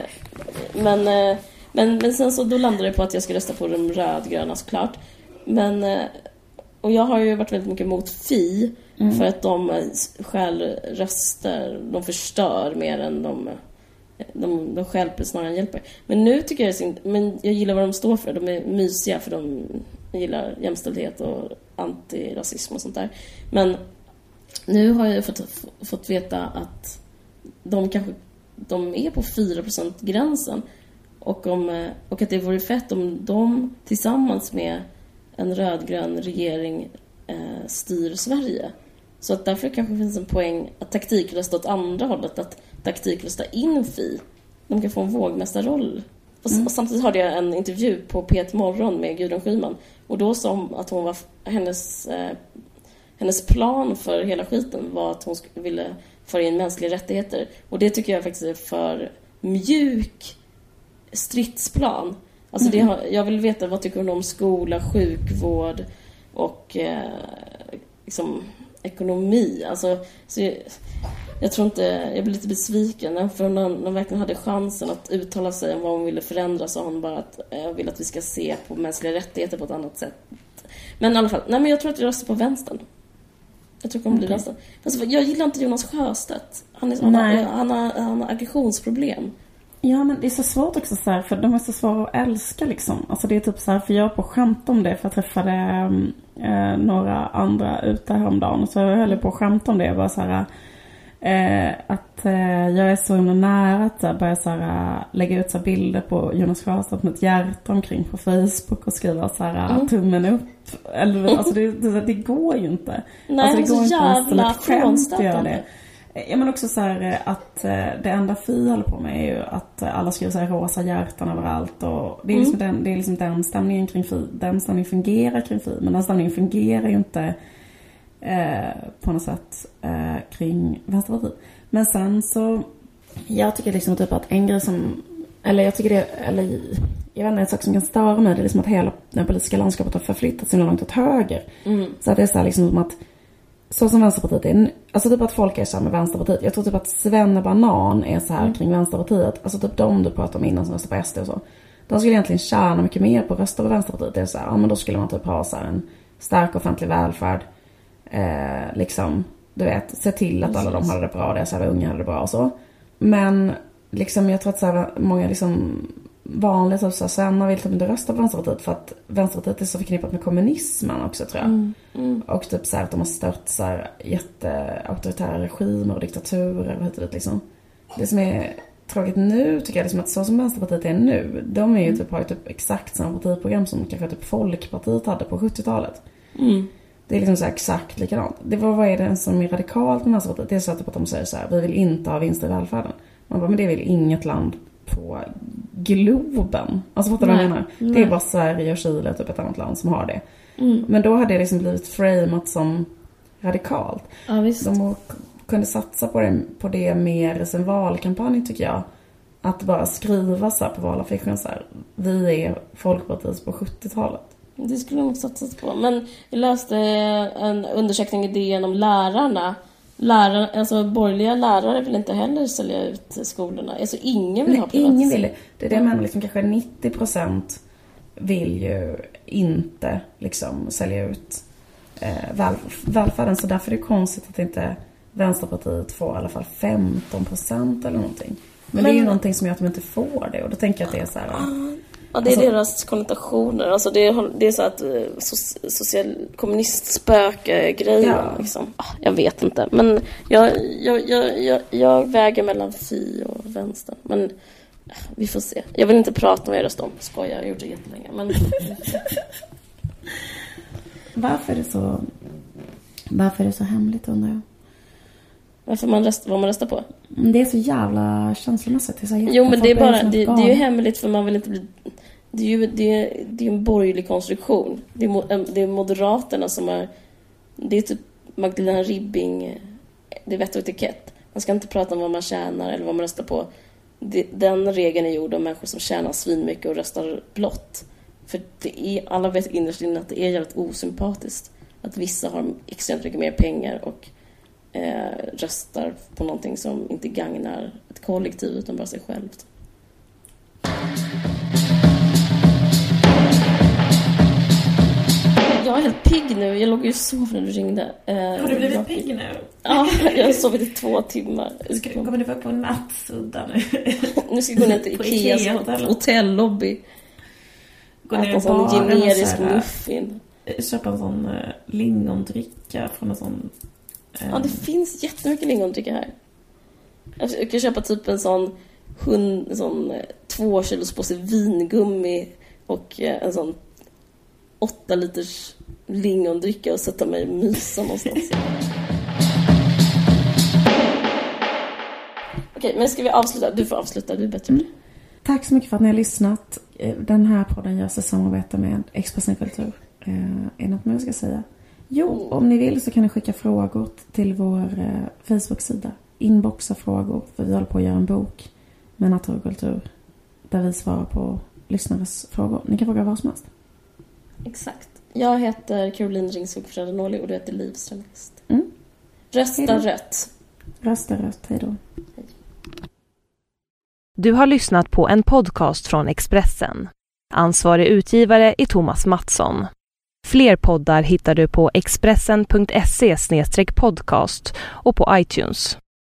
Men sen så då landade det på att jag ska rösta på de rödgröna, såklart. Och jag har ju varit väldigt mycket emot Fi, för att de stjäl röster, de förstör mer än de stjälper snarare än hjälper. Men nu tycker jag jag gillar vad de står för. De är mysiga, för de gillar jämställdhet och antirasism och sånt där. Men nu har jag fått veta att de är på 4%-gränsen. Och att det vore fett om de tillsammans med en rödgrön regering styr Sverige. Så att därför kanske finns en poäng att taktikrösta åt andra hållet, att taktikrösta in Fi. De kan få en vågmästarroll. Och samtidigt hörde jag en intervju på P1 Morgon med Gudrun Schyman, och då sa att hon var hennes plan för hela skiten var att hon ville föra in mänskliga rättigheter, och det tycker jag faktiskt är för mjuk stridsplan. Alltså jag vill veta, vad tycker hon om skola, sjukvård och liksom ekonomi. Alltså, så jag tror inte, jag blir lite besviken, för när hon verkligen hade chansen att uttala sig om vad hon ville förändra, så hon bara att jag vill att vi ska se på mänskliga rättigheter på ett annat sätt. Men i alla fall, men jag tror att jag röstar på vänstern. Jag tror att det blir vänstern. Alltså, jag gillar inte Jonas Sjöstedt. Han har aggressionsproblem. Ja, men det är så svårt också så här, för de är så svåra att älska liksom. Alltså det är typ så här, för jag är på skämt om det, för jag träffade några andra ute häromdagen, och så höll jag på att skämta om det. Bara så här, att jag är så himla nära att börja så här, lägga ut så här bilder på Jonas Sjöstedt med ett hjärta omkring på Facebook och skriva så här tummen upp. Eller, alltså det går ju inte. Nej, alltså, det går inte jävla frånstötande. Ja, men också så här att det enda Fi håller på med är ju att alla skriver så här rosa hjärtan överallt, och det är liksom det är liksom den stämningen kring Fi. Den stämningen fungerar kring Fi, men den stämningen fungerar ju inte på något sätt kring Vänsterpartiet. Men sen så jag tycker liksom typ att en grej som, eller jag tycker det, eller jag vet inte, en sak som kan störa mig, det är liksom att hela det politiska landskapet har förflyttats så långt åt höger. Så att det är så här liksom som att, så som Vänsterpartiet är, alltså typ att folk är så här med Vänsterpartiet. Jag tror typ att Svennebanan är så här kring Vänsterpartiet. Alltså typ de du pratade om innan som röstar på SD och så. De skulle egentligen tjäna mycket mer på att rösta på Vänsterpartiet. Det är så här, ja men då skulle man typ ha så här en stark offentlig välfärd. Liksom, du vet, se till att alla de hade det bra. Det är så här, unga hade det bra och så. Men liksom jag tror att så här, många liksom vanligt att Sanna vill typ inte rösta på Vänsterpartiet för att Vänsterpartiet är så förknippat med kommunismen också, tror jag. Och typ så här att de har stött så här jätteauktoritära regimer och diktaturer och hit och dit liksom. Det som är tråkigt nu tycker jag är liksom att så som Vänsterpartiet är nu, de är ju typ, har ju typ exakt samma partiprogram som kanske typ Folkpartiet hade på 70-talet. Det är liksom så här exakt likadant. Vad är det som är radikalt med Vänsterpartiet? Det är så att de säger så här: vi vill inte ha vinster i välfärden. Man bara, men det vill inget land på globen. Alltså fattar du vad jag menar? Det är bara Sverige och Chile, typ ett annat land som har det. Men då hade det liksom blivit framat som radikalt. Ja, visst. De kunde satsa på det mer i sin valkampanj, tycker jag. Att bara skriva så här på valaffischen så här: vi är Folkpartiet på 70-talet. Det skulle nog satsas på. Men jag läste en undersökning i DN om lärarna. Alltså borgerliga lärare vill inte heller sälja ut skolorna. Alltså ingen vill ha privatisering. Ingen vill det. är det, men liksom kanske 90% vill ju inte liksom sälja ut välfärden. Så därför är det konstigt att inte Vänsterpartiet får i alla fall 15% eller någonting. Men det är ju någonting som gör att de inte får det. Och då tänker jag att det är så här... Ja, det är deras konnotationer. Alltså det är så att social kommunistspöke-grejen. Ja. Liksom. Jag vet inte. Men jag väger mellan Fi och vänster. Men vi får se. Jag vill inte prata om vad jag röstar om. Skojar, jag har gjort det jättelänge. Men... Varför är det så hemligt, undrar jag? Vad man röstar på? Det är så jävla känslomässigt. Jo, men det är bara det är ju hemligt för man vill inte bli. Det är en borgerlig konstruktion. Det är Moderaterna som är. Det är typ Magdalena Ribbing. Det är vett och etikett. Man ska inte prata om vad man tjänar eller vad man röstar på. Den regeln är gjord av människor som tjänar svinmycket och röstar blått. För alla vet innerst inne att det är jävligt osympatiskt att vissa har extremt mycket mer pengar och röstar på någonting som inte gagnar ett kollektiv utan bara sig självt. Jag är helt pigg nu. Jag låg ju och sov när du ringde. Har du blivit pigg nu? Ja, jag har sovit i 2 timmar. Kommer du vara på nattsudda nu? Nu ska jag gå ner till Ikeas hotellobby. Gå ner en sån generisk muffin. Köpa en sån lingondricka från en sån... Ja, det finns jättemycket lingondricka här. Jag kan köpa typ en sån 2 kilos påse vingummi och en sån 8 liters lingondricka och sätta mig och mysa någonstans. Okej, men ska vi avsluta? Du får avsluta, du är bättre. Tack så mycket för att ni har lyssnat. Den här podden görs i samarbete med Expressen Kultur. Är något mer jag ska säga? Jo, om ni vill så kan ni skicka frågor till vår Facebook-sida. Inboxa frågor, för vi håller på att göra en bok med naturkultur där vi svarar på lyssnares frågor. Ni kan fråga vad som helst. Exakt. Jag heter Caroline Ringskog-Fredernoli och du heter Liv Strömqvist. Rösta rött. Rösta rött, hej då. Du har lyssnat på en podcast från Expressen. Ansvarig utgivare är Thomas Mattsson. Fler poddar hittar du på expressen.se/podcast och på iTunes.